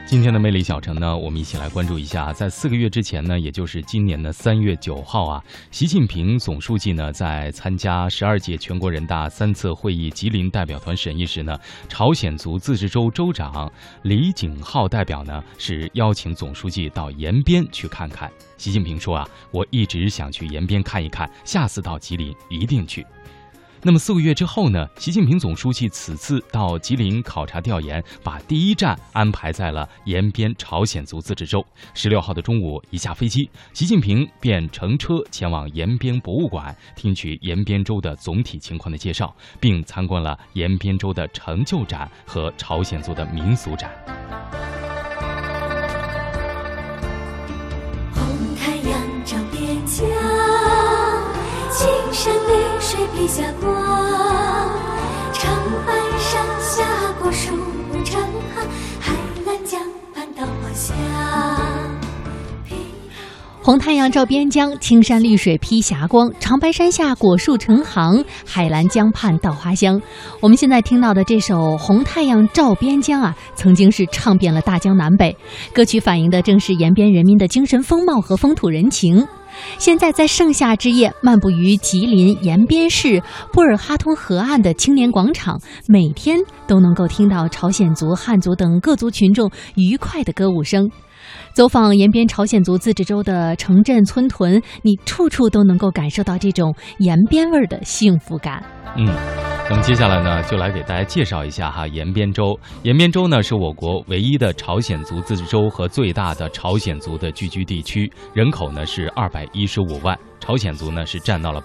今天的魅力小城呢，我们一起来关注一下，在4个月之前呢，也就是今年的3月9号啊，习近平总书记呢在参加12届全国人大3次会议吉林代表团审议时呢，朝鲜族自治州州长李景浩代表呢是邀请总书记到延边去看看。习近平说啊，我一直想去延边看一看，下次到吉林一定去。那么4个月之后呢，习近平总书记此次到吉林考察调研，把第一站安排在了延边朝鲜族自治州。16号的中午一下飞机，习近平便乘车前往延边博物馆，听取延边州的总体情况的介绍，并参观了延边州的成就展和朝鲜族的民俗展。 红太阳照边疆，青山绿水披霞光，长白山下果树成行，海蓝江畔稻花香。 红太阳照边疆，青山绿水披霞光，长白山下果树成行，海蓝江畔稻花香。我们现在听到的这首《红太阳照边疆》啊，曾经是唱遍了大江南北。歌曲反映的正是延边人民的精神风貌和风土人情。现在在盛夏之夜，漫步于吉林延边市布尔哈通河岸的青年广场，每天都能够听到朝鲜族、汉族等各族群众愉快的歌舞声。走访延边朝鲜族自治州的城镇村屯，你处处都能够感受到这种延边味儿的幸福感。 那么接下来呢，就来给大家介绍一下延边州。延边州呢是我国唯一的朝鲜族自治州和最大的朝鲜族的聚居地区，人口呢是215万。朝鲜族呢是占到了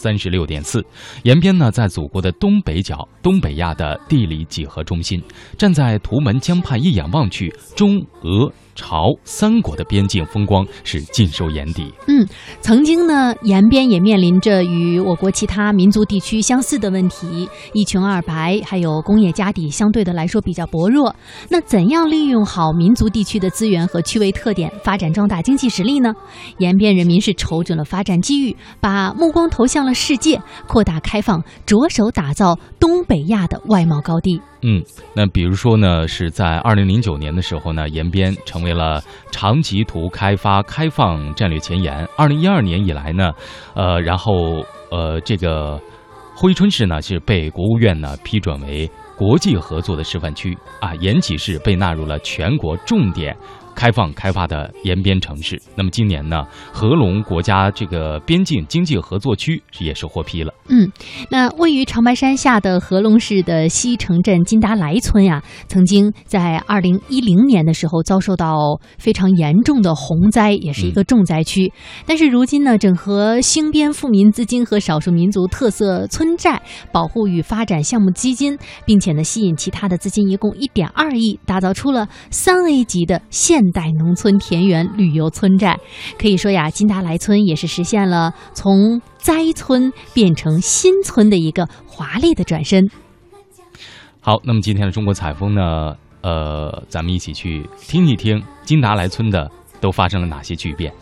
36.4%。延边呢在祖国的东北角，东北亚的地理几何中心，站在图门江畔一眼望去，中俄朝3国的边境风光是尽收眼底。 曾经呢，延边也面临着与我国其他民族地区相似的问题，一穷二白，还有工业家底相对的来说比较薄弱。那怎样利用好民族地区的资源和区位特点，发展壮大经济实力呢？延边人民是瞅准了发展机遇，把目光投向了世界，扩大开放，着手打造东北亚的外贸高地。 那比如说呢，是在2009年的时候呢，延边成为了长吉图开发开放战略前沿。2012年以来呢，这个珲春市呢是被国务院呢批准为国际合作的示范区啊，延吉市被纳入了全国重点开发的延边城市。那么今年呢，合龙国家这个边境经济合作区也是获批了。 那位于长白山下的合龙市的西城镇金达莱村呀，曾经在2010年的时候遭受到非常严重的洪灾，也是一个重灾区。但是如今呢，整合兴边富民资金和少数民族特色村寨保护与发展项目基金，并且呢吸引其他的资金，一共1.2亿，打造出了3A 级的现代农村田园旅游村寨。可以说呀，金达莱村也是实现了从灾村变成新村的一个华丽的转身。 好，那么今天的中国采风呢，咱们一起去听一听金达莱村的都发生了哪些巨变。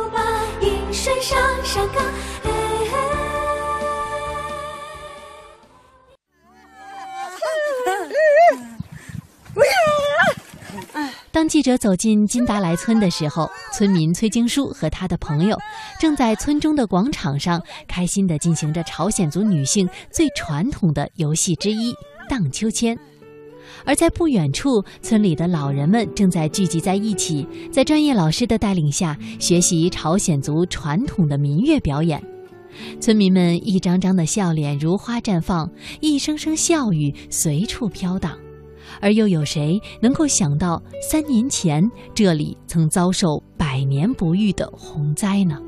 当记者走进金达莱村的时候，村民崔经书和他的朋友正在村中的广场上开心地进行着朝鲜族女性最传统的游戏之一荡秋千。而在不远处，村里的老人们正在聚集在一起，在专业老师的带领下学习朝鲜族传统的民乐表演。村民们一张张的笑脸如花绽放，一声声笑语随处飘荡。而又有谁能够想到3年前这里曾遭受100年不遇的洪灾呢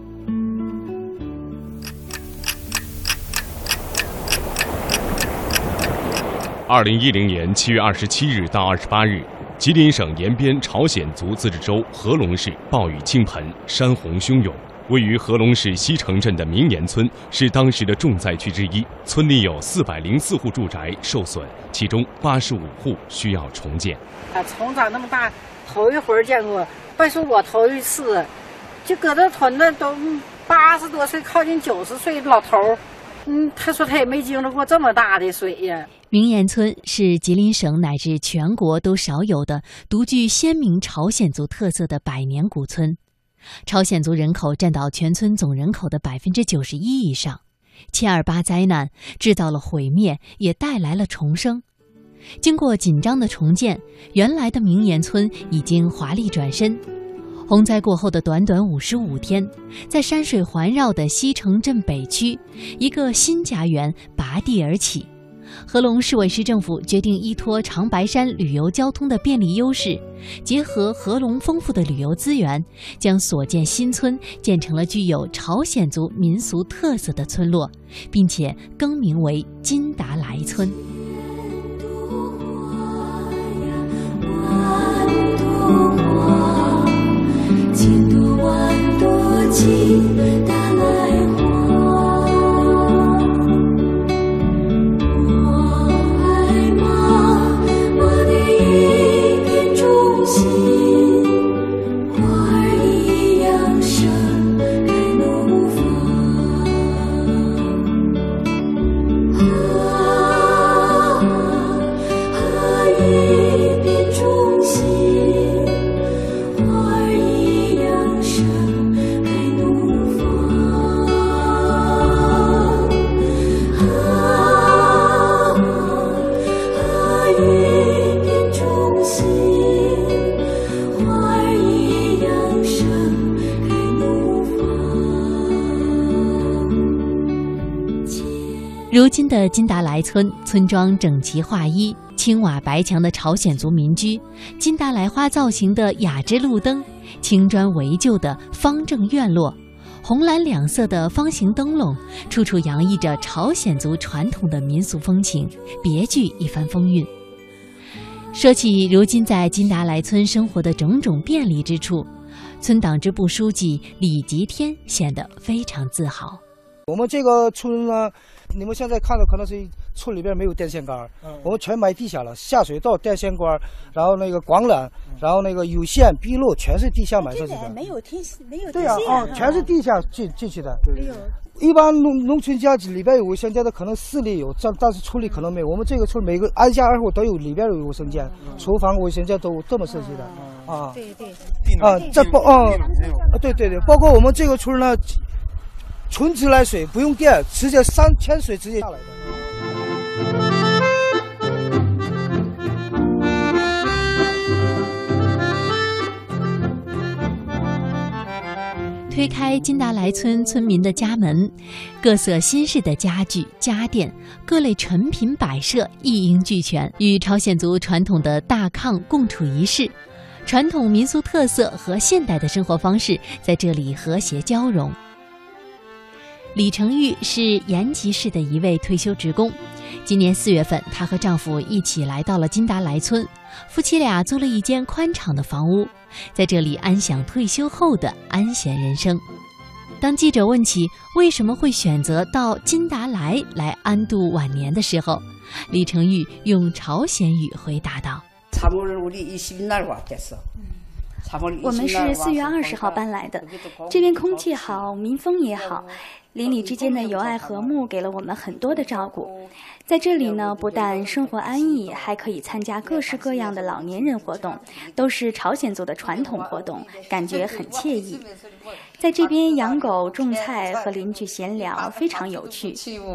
？2010年7月27日到28日，吉林省延边朝鲜族自治州合龙市暴雨倾盆，山洪汹涌。位于合龙市西城镇的明岩村是当时的重灾区之一，村里有404户住宅受损，其中85户需要重建。 从长那么大，头一回见过，别说我头一次，就搁这屯子都80多岁，靠近90岁的老头，他说他也没经历过这么大的水呀。 明岩村是吉林省乃至全国都少有的独具鲜明朝鲜族特色的百年古村。朝鲜族人口占到全村总人口的91%以上。728灾难制造了毁灭，也带来了重生。经过紧张的重建，原来的明岩村已经华丽转身。洪灾过后的短短55天，在山水环绕的西城镇北区，一个新家园拔地而起。合隆市委市政府决定依托长白山旅游交通的便利优势，结合合隆丰富的旅游资源，将所建新村建成了具有朝鲜族民俗特色的村落，并且更名为金达莱村。 千朵万朵金达莱花，我爱妈，妈的一片忠心，花儿一样盛开怒放，一片忠心。 如今的金达莱村，村庄整齐划一，青瓦白墙的朝鲜族民居，金达莱花造型的雅致路灯，青砖围就的方正院落，红蓝两色的方形灯笼，处处洋溢着朝鲜族传统的民俗风情，别具一番风韵。说起如今在金达莱村生活的种种便利之处，村党支部书记李吉天显得非常自豪。 我们这个村呢，你们现在看到可能是村里边没有电线杆，我们全埋地下了，下水道、电线杆，然后那个广缆，然后那个有线、闭路，全是地下埋上去的。 没有电对啊，全是地下进去的。一般农村家里边有卫生间的可能市里有，但是村里可能没有。我们这个村每个挨家挨户都有，里边有卫生间，厨房、卫生间都这么设计的啊。 对， 对，包括我们这个村呢。纯自来水不用电，直接3千水直接下来的。 推开金达莱村村民的家门，各色新式的家具、家电、各类陈品摆设一应俱全，与朝鲜族传统的大炕共处一室，传统民俗特色和现代的生活方式在这里和谐交融。李成玉是延吉市的一位退休职工，今年4月份，她和丈夫一起来到了金达莱村，夫妻俩租了一间宽敞的房屋，在这里安享退休后的安闲人生。当记者问起为什么会選择到金达莱来安度晚年的时候，李成玉用朝鲜语回答道： 我们是4月20号搬来的，这边空气好，民风也好，邻里之间的友爱和睦给了我们很多的照顾。在这里呢，不但生活安逸，还可以参加各式各样的老年人活动，都是朝鲜族的传统活动，感觉很惬意。在这边养狗、种菜，和邻居闲聊，非常有趣。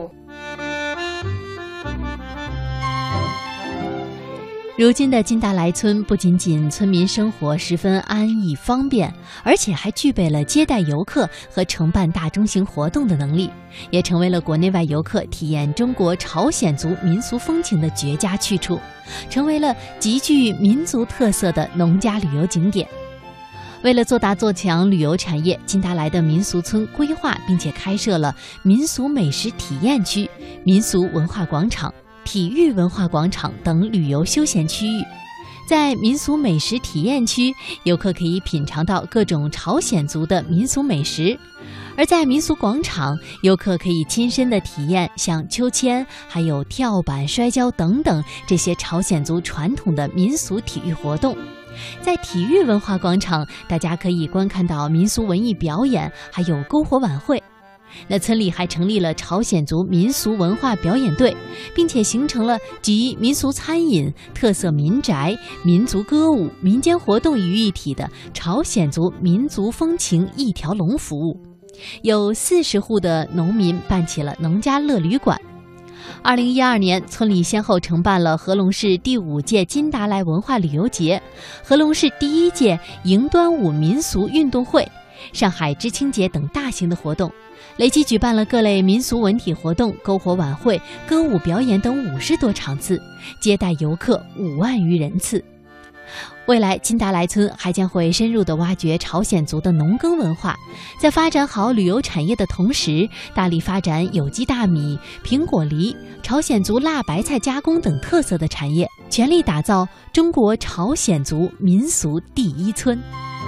如今的金达莱村不仅仅村民生活十分安逸方便，而且还具备了接待游客和承办大中型活动的能力，也成为了国内外游客体验中国朝鲜族民俗风情的绝佳去处，成为了极具民族特色的农家旅游景点。为了做大做强旅游产业，金达莱的民俗村规划并且开设了民俗美食体验区、民俗文化广场、体育文化广场等旅游休闲区域。在民俗美食体验区，游客可以品尝到各种朝鲜族的民俗美食；而在民俗广场，游客可以亲身的体验像秋千、还有跳板、摔跤等等这些朝鲜族传统的民俗体育活动。在体育文化广场，大家可以观看到民俗文艺表演，还有篝火晚会。 那村里还成立了朝鲜族民俗文化表演队，并且形成了集民俗餐饮、特色民宅、民族歌舞、民间活动于一体的朝鲜族民族风情一条龙服务。有40户的农民办起了农家乐旅馆。2012年，村里先后承办了合隆市第5届金达莱文化旅游节、合隆市第1届迎端午民俗运动会、上海知青节等大型的活动，累计举办了各类民俗文体活动、篝火晚会、歌舞表演等50多场次，接待游客5万余人次。未来，金达莱村还将会深入地挖掘朝鲜族的农耕文化，在发展好旅游产业的同时，大力发展有机大米、苹果梨、朝鲜族辣白菜加工等特色的产业，全力打造中国朝鲜族民俗第一村。